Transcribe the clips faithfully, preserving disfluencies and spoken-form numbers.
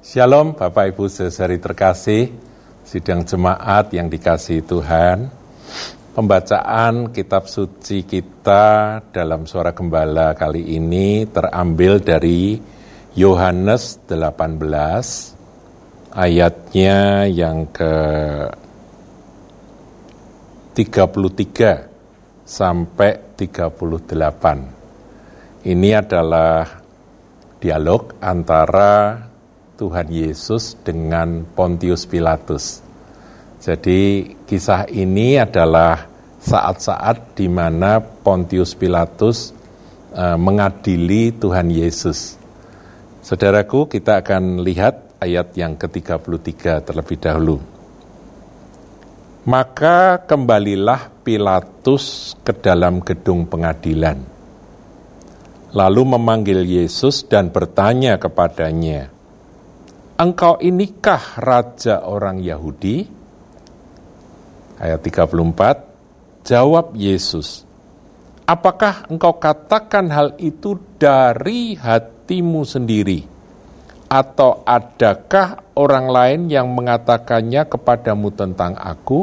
Shalom Bapak Ibu saudari terkasih, sidang jemaat yang dikasihi Tuhan. Pembacaan kitab suci kita dalam Suara Gembala kali ini terambil dari Yohanes delapan belas, ayatnya yang ke tiga puluh tiga sampai tiga puluh delapan. Ini adalah dialog antara Tuhan Yesus dengan Pontius Pilatus. Jadi kisah ini adalah saat-saat di mana Pontius Pilatus uh, mengadili Tuhan Yesus. Saudaraku, kita akan lihat ayat yang ke tiga puluh tiga terlebih dahulu. Maka kembalilah Pilatus ke dalam gedung pengadilan, lalu memanggil Yesus dan bertanya kepadanya, "Engkau inikah raja orang Yahudi?" Ayat tiga puluh empat, jawab Yesus, "Apakah engkau katakan hal itu dari hatimu sendiri? Atau adakah orang lain yang mengatakannya kepadamu tentang aku?"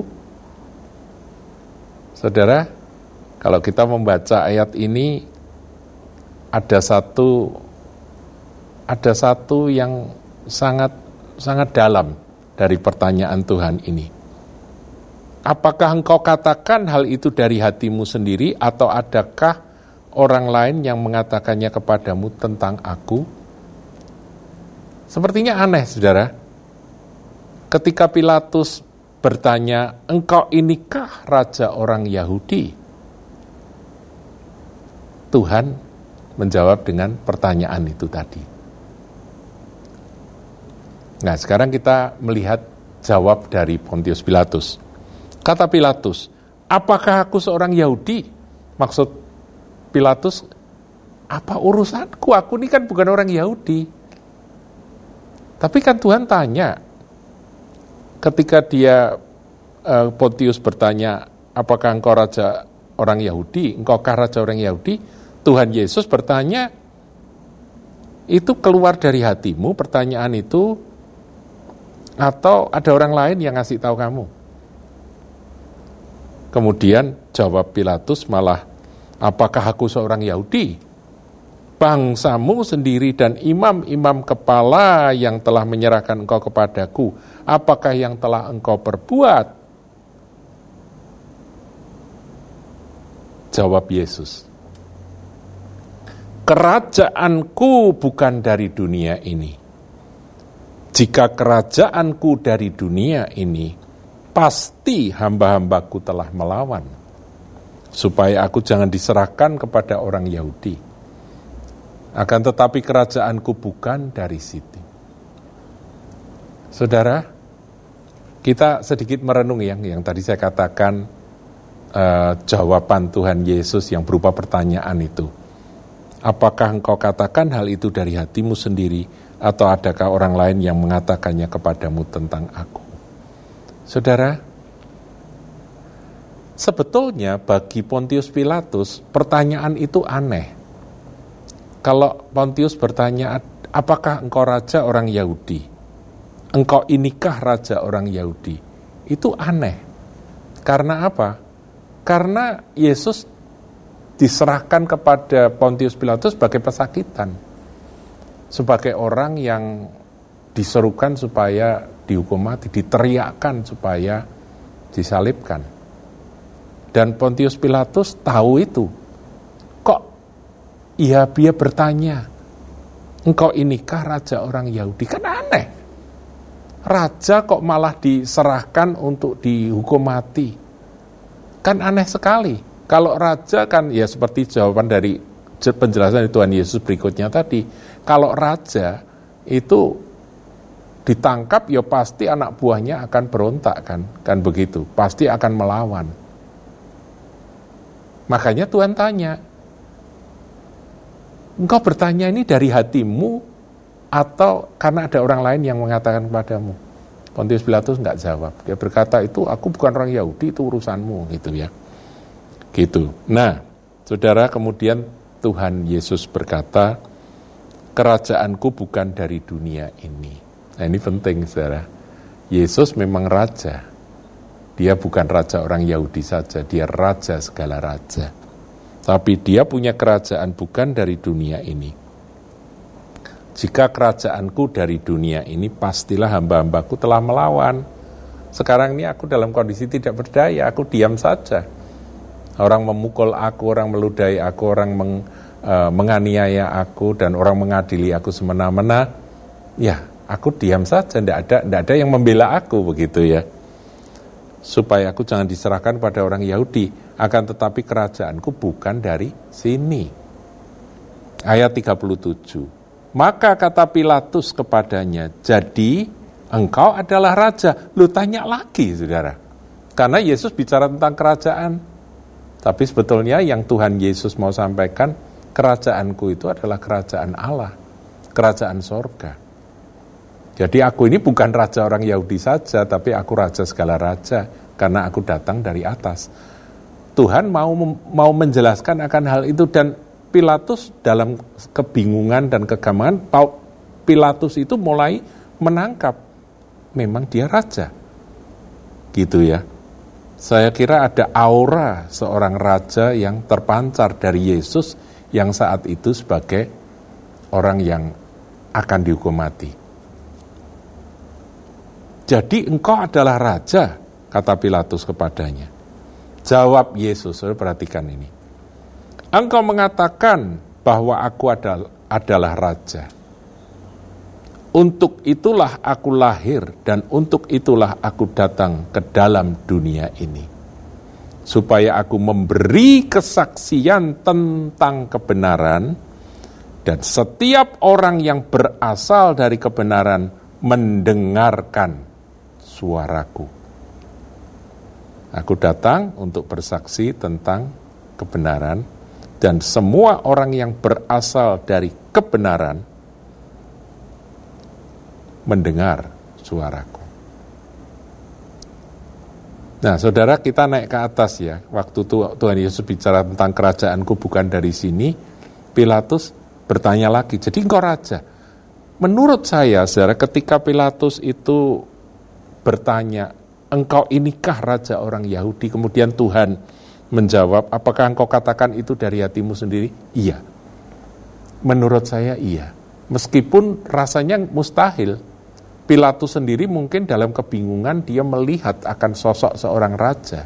Saudara, kalau kita membaca ayat ini, ada satu ada satu yang sangat sangat dalam dari pertanyaan Tuhan ini. Apakah engkau katakan hal itu dari hatimu sendiri atau adakah orang lain yang mengatakannya kepadamu tentang aku? Sepertinya aneh, saudara. Ketika Pilatus bertanya, "Engkau inikah raja orang Yahudi?" Tuhan menjawab dengan pertanyaan itu tadi. Nah, sekarang kita melihat jawab dari Pontius Pilatus. Kata Pilatus, "Apakah aku seorang Yahudi?" Maksud Pilatus, apa urusanku? Aku ini kan bukan orang Yahudi. Tapi kan Tuhan tanya, ketika dia, eh, Pontius bertanya, "Apakah engkau raja orang Yahudi? Engkaukah raja orang Yahudi?" Tuhan Yesus bertanya, "Itu keluar dari hatimu pertanyaan itu, atau ada orang lain yang ngasih tahu kamu?" Kemudian jawab Pilatus malah, "Apakah aku seorang Yahudi? Bangsamu sendiri dan imam-imam kepala yang telah menyerahkan engkau kepadaku, apakah yang telah engkau perbuat?" Jawab Yesus, "Kerajaanku bukan dari dunia ini. Jika kerajaanku dari dunia ini, pasti hamba-hambaku telah melawan, supaya aku jangan diserahkan kepada orang Yahudi. Akan tetapi kerajaanku bukan dari situ." Saudara, kita sedikit merenung yang, yang tadi saya katakan, uh, jawaban Tuhan Yesus yang berupa pertanyaan itu. Apakah engkau katakan hal itu dari hatimu sendiri, atau adakah orang lain yang mengatakannya kepadamu tentang aku? Saudara, sebetulnya bagi Pontius Pilatus, pertanyaan itu aneh. Kalau Pontius bertanya, "Apakah engkau raja orang Yahudi? Engkau inikah raja orang Yahudi?" Itu aneh. Karena apa? Karena Yesus diserahkan kepada Pontius Pilatus sebagai pesakitan, sebagai orang yang diserukan supaya dihukum mati, diteriakkan supaya disalibkan. Dan Pontius Pilatus tahu itu. Kok ia dia bertanya, "Engkau inikah raja orang Yahudi?" Kan aneh. Raja kok malah diserahkan untuk dihukum mati. Kan aneh sekali. Kalau raja kan ya seperti jawaban dari penjelasan Tuhan Yesus berikutnya tadi. Kalau raja itu ditangkap, ya pasti anak buahnya akan berontak kan, kan begitu, pasti akan melawan. Makanya Tuhan tanya, "Engkau bertanya ini dari hatimu atau karena ada orang lain yang mengatakan kepadamu?" Pontius Pilatus nggak jawab, dia berkata, "Itu aku bukan orang Yahudi, itu urusanmu," gitu ya. Gitu. Nah, saudara, kemudian Tuhan Yesus berkata, "Kerajaanku bukan dari dunia ini." Nah, ini penting, saudara. Yesus memang raja. Dia bukan raja orang Yahudi saja, dia raja segala raja. Tapi dia punya kerajaan bukan dari dunia ini. Jika kerajaanku dari dunia ini, pastilah hamba-hambaku telah melawan. Sekarang ini aku dalam kondisi tidak berdaya, aku diam saja. Orang memukul aku, orang meludahi aku, orang meng, uh, menganiaya aku, dan orang mengadili aku semena-mena. Ya, aku diam saja, tidak ada, tidak ada yang membela aku, begitu ya. Supaya aku jangan diserahkan pada orang Yahudi, akan tetapi kerajaanku bukan dari sini. Ayat tiga puluh tujuh. Maka kata Pilatus kepadanya, jadi engkau adalah raja. Lu tanya lagi, saudara. Karena Yesus bicara tentang kerajaan. Tapi sebetulnya yang Tuhan Yesus mau sampaikan, kerajaanku itu adalah kerajaan Allah, kerajaan sorga. Jadi aku ini bukan raja orang Yahudi saja, tapi aku raja segala raja, karena aku datang dari atas. Tuhan mau mau menjelaskan akan hal itu, dan Pilatus dalam kebingungan dan kegamangan, Pilatus itu mulai menangkap, memang dia raja. Gitu ya. Saya kira ada aura seorang raja yang terpancar dari Yesus yang saat itu sebagai orang yang akan dihukum mati. Jadi engkau adalah raja, kata Pilatus kepadanya. Jawab Yesus, saudara perhatikan ini. Engkau mengatakan bahwa aku adalah, adalah raja. Untuk itulah aku lahir dan untuk itulah aku datang ke dalam dunia ini. Supaya aku memberi kesaksian tentang kebenaran dan setiap orang yang berasal dari kebenaran mendengarkan suaraku. Aku datang untuk bersaksi tentang kebenaran dan semua orang yang berasal dari kebenaran mendengar suaraku. Nah, saudara, kita naik ke atas ya. Waktu Tuhan Yesus bicara tentang kerajaanku bukan dari sini, Pilatus bertanya lagi, jadi engkau raja? Menurut saya, saudara, ketika Pilatus itu bertanya, engkau inikah raja orang Yahudi? Kemudian Tuhan menjawab, apakah engkau katakan itu dari hatimu sendiri? Iya. Menurut saya iya. Meskipun rasanya mustahil. Pilatus sendiri mungkin dalam kebingungan dia melihat akan sosok seorang raja.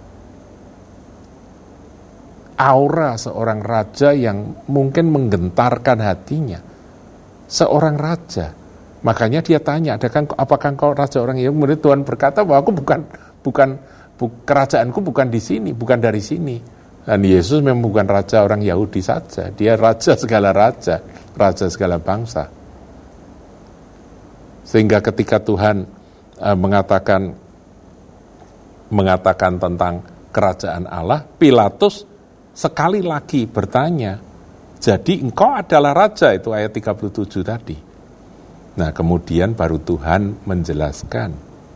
Aura seorang raja yang mungkin menggentarkan hatinya. Seorang raja. Makanya dia tanya, adakah apakah engkau raja orang Yahudi? Kemudian Tuhan berkata bahwa aku bukan bukan bu, kerajaanku bukan di sini, bukan dari sini. Dan Yesus memang bukan raja orang Yahudi saja, dia raja segala raja, raja segala bangsa. Sehingga ketika Tuhan uh, mengatakan mengatakan tentang kerajaan Allah, Pilatus sekali lagi bertanya, jadi engkau adalah raja, itu ayat tiga puluh tujuh tadi. Nah, kemudian baru Tuhan menjelaskan,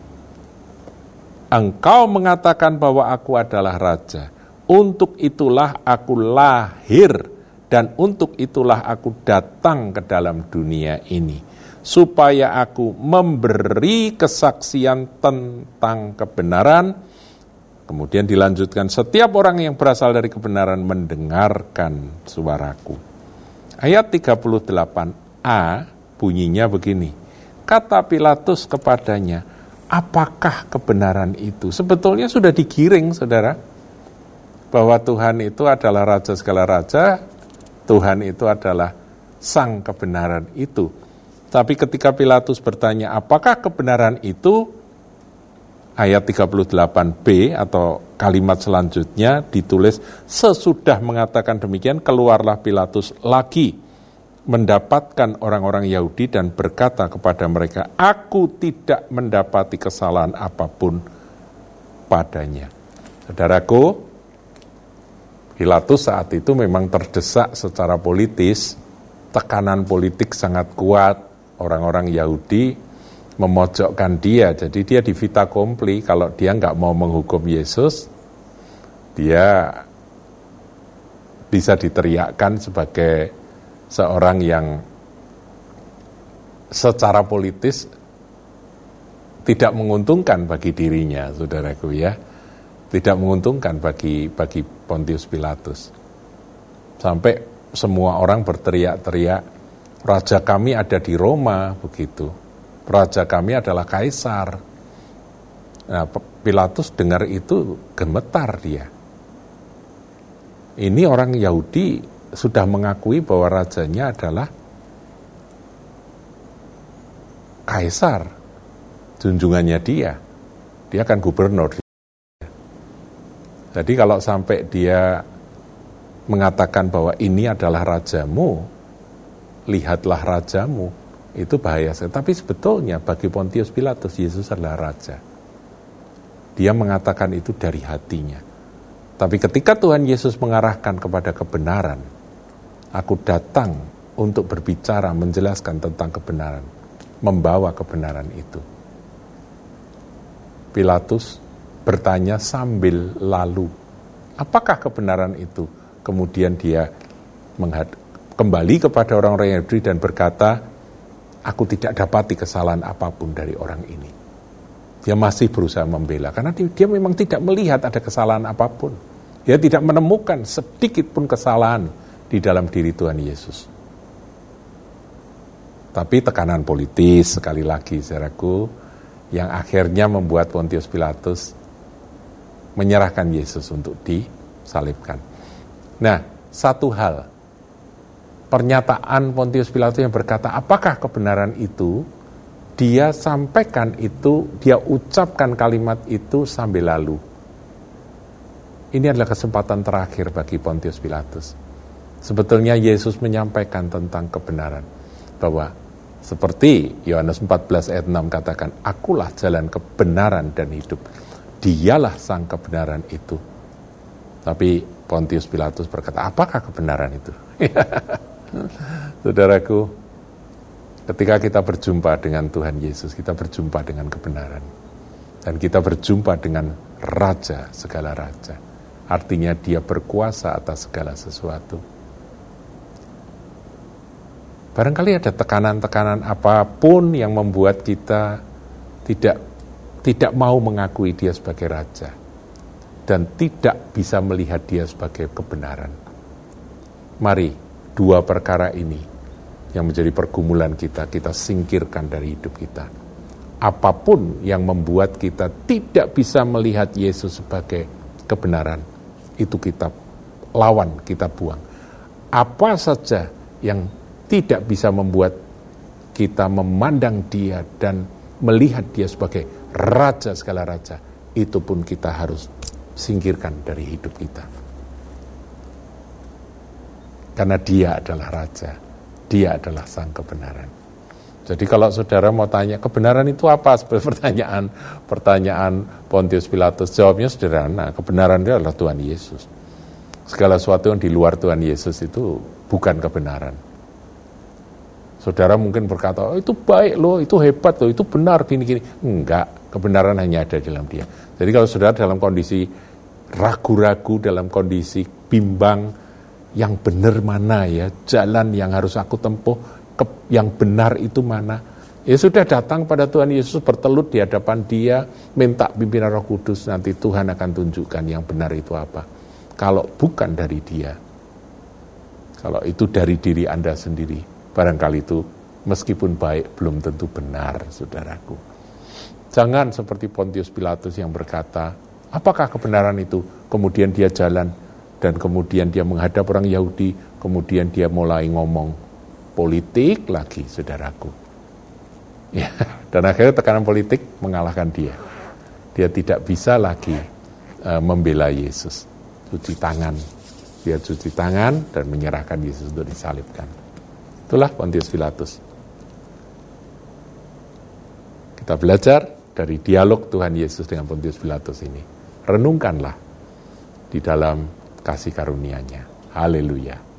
engkau mengatakan bahwa aku adalah raja, untuk itulah aku lahir dan untuk itulah aku datang ke dalam dunia ini, supaya aku memberi kesaksian tentang kebenaran. Kemudian dilanjutkan, setiap orang yang berasal dari kebenaran mendengarkan suaraku. Ayat tiga puluh delapan a bunyinya begini, kata Pilatus kepadanya, apakah kebenaran itu? Sebetulnya sudah digiring, saudara, bahwa Tuhan itu adalah raja segala raja, Tuhan itu adalah sang kebenaran itu. Tapi ketika Pilatus bertanya, apakah kebenaran itu? Ayat tiga puluh delapan b atau kalimat selanjutnya ditulis, sesudah mengatakan demikian, keluarlah Pilatus lagi mendapatkan orang-orang Yahudi dan berkata kepada mereka, aku tidak mendapati kesalahan apapun padanya. Saudaraku, Pilatus saat itu memang terdesak secara politis, tekanan politik sangat kuat, orang-orang Yahudi memojokkan dia, jadi dia di vita kompli, kalau dia nggak mau menghukum Yesus, dia bisa diteriakkan sebagai seorang yang secara politis tidak menguntungkan bagi dirinya, saudaraku ya. Tidak menguntungkan bagi bagi Pontius Pilatus. Sampai semua orang berteriak-teriak, raja kami ada di Roma, begitu. Raja kami adalah kaisar. Nah, Pilatus dengar itu gemetar dia. Ini orang Yahudi sudah mengakui bahwa rajanya adalah kaisar, junjungannya dia. Dia kan gubernur. Jadi kalau sampai dia mengatakan bahwa ini adalah rajamu, lihatlah rajamu, itu bahaya. Tapi sebetulnya bagi Pontius Pilatus, Yesus adalah raja. Dia mengatakan itu dari hatinya. Tapi ketika Tuhan Yesus mengarahkan kepada kebenaran, aku datang untuk berbicara, menjelaskan tentang kebenaran, membawa kebenaran itu. Pilatus bertanya sambil lalu, apakah kebenaran itu? Kemudian dia menghad- kembali kepada orang-orang Yahudi dan berkata, aku tidak dapati kesalahan apapun dari orang ini. Dia masih berusaha membela, karena dia, dia memang tidak melihat ada kesalahan apapun. Dia tidak menemukan sedikit pun kesalahan di dalam diri Tuhan Yesus. Tapi tekanan politis, sekali lagi saudaraku, yang akhirnya membuat Pontius Pilatus menyerahkan Yesus untuk disalibkan. Nah, satu hal, pernyataan Pontius Pilatus yang berkata, apakah kebenaran itu, dia sampaikan itu, dia ucapkan kalimat itu sambil lalu. Ini adalah kesempatan terakhir bagi Pontius Pilatus. Sebetulnya Yesus menyampaikan tentang kebenaran, bahwa seperti Yohanes empat belas ayat enam katakan, akulah jalan kebenaran dan hidup. Dialah sang kebenaran itu. Tapi Pontius Pilatus berkata, apakah kebenaran itu? Saudaraku, ketika kita berjumpa dengan Tuhan Yesus, kita berjumpa dengan kebenaran. Dan kita berjumpa dengan Raja segala Raja. Artinya dia berkuasa atas segala sesuatu. Barangkali ada tekanan-tekanan apapun yang membuat kita tidak tidak mau mengakui dia sebagai raja dan tidak bisa melihat dia sebagai kebenaran. Mari dua perkara ini yang menjadi pergumulan kita, kita singkirkan dari hidup kita. Apapun yang membuat kita tidak bisa melihat Yesus sebagai kebenaran, itu kita lawan, kita buang. Apa saja yang tidak bisa membuat kita memandang dia dan melihat dia sebagai Raja segala raja, itu pun kita harus singkirkan dari hidup kita. Karena dia adalah raja, dia adalah sang kebenaran. Jadi kalau saudara mau tanya, kebenaran itu apa? Seperti pertanyaan pertanyaan Pontius Pilatus, jawabnya sederhana, kebenaran itu adalah Tuhan Yesus. Segala sesuatu yang di luar Tuhan Yesus itu bukan kebenaran. Saudara mungkin berkata, oh, itu baik loh, itu hebat loh, itu benar, gini-gini. Enggak, kebenaran hanya ada dalam dia. Jadi kalau saudara dalam kondisi ragu-ragu, dalam kondisi bimbang, yang benar mana ya, jalan yang harus aku tempuh, ke, yang benar itu mana, ya sudah datang pada Tuhan Yesus, bertelut di hadapan dia, minta pimpinan Roh Kudus, nanti Tuhan akan tunjukkan yang benar itu apa. Kalau bukan dari dia, kalau itu dari diri Anda sendiri, barangkali itu meskipun baik belum tentu benar, saudaraku. Jangan seperti Pontius Pilatus yang berkata, apakah kebenaran itu? Kemudian dia jalan dan kemudian dia menghadap orang Yahudi, kemudian dia mulai ngomong politik lagi, saudaraku. Ya, dan akhirnya tekanan politik mengalahkan dia. Dia tidak bisa lagi uh, membela Yesus. Cuci tangan, dia cuci tangan dan menyerahkan Yesus untuk disalibkan. Itulah Pontius Pilatus. Kita belajar dari dialog Tuhan Yesus dengan Pontius Pilatus ini. Renungkanlah di dalam kasih karunia-Nya. Haleluya.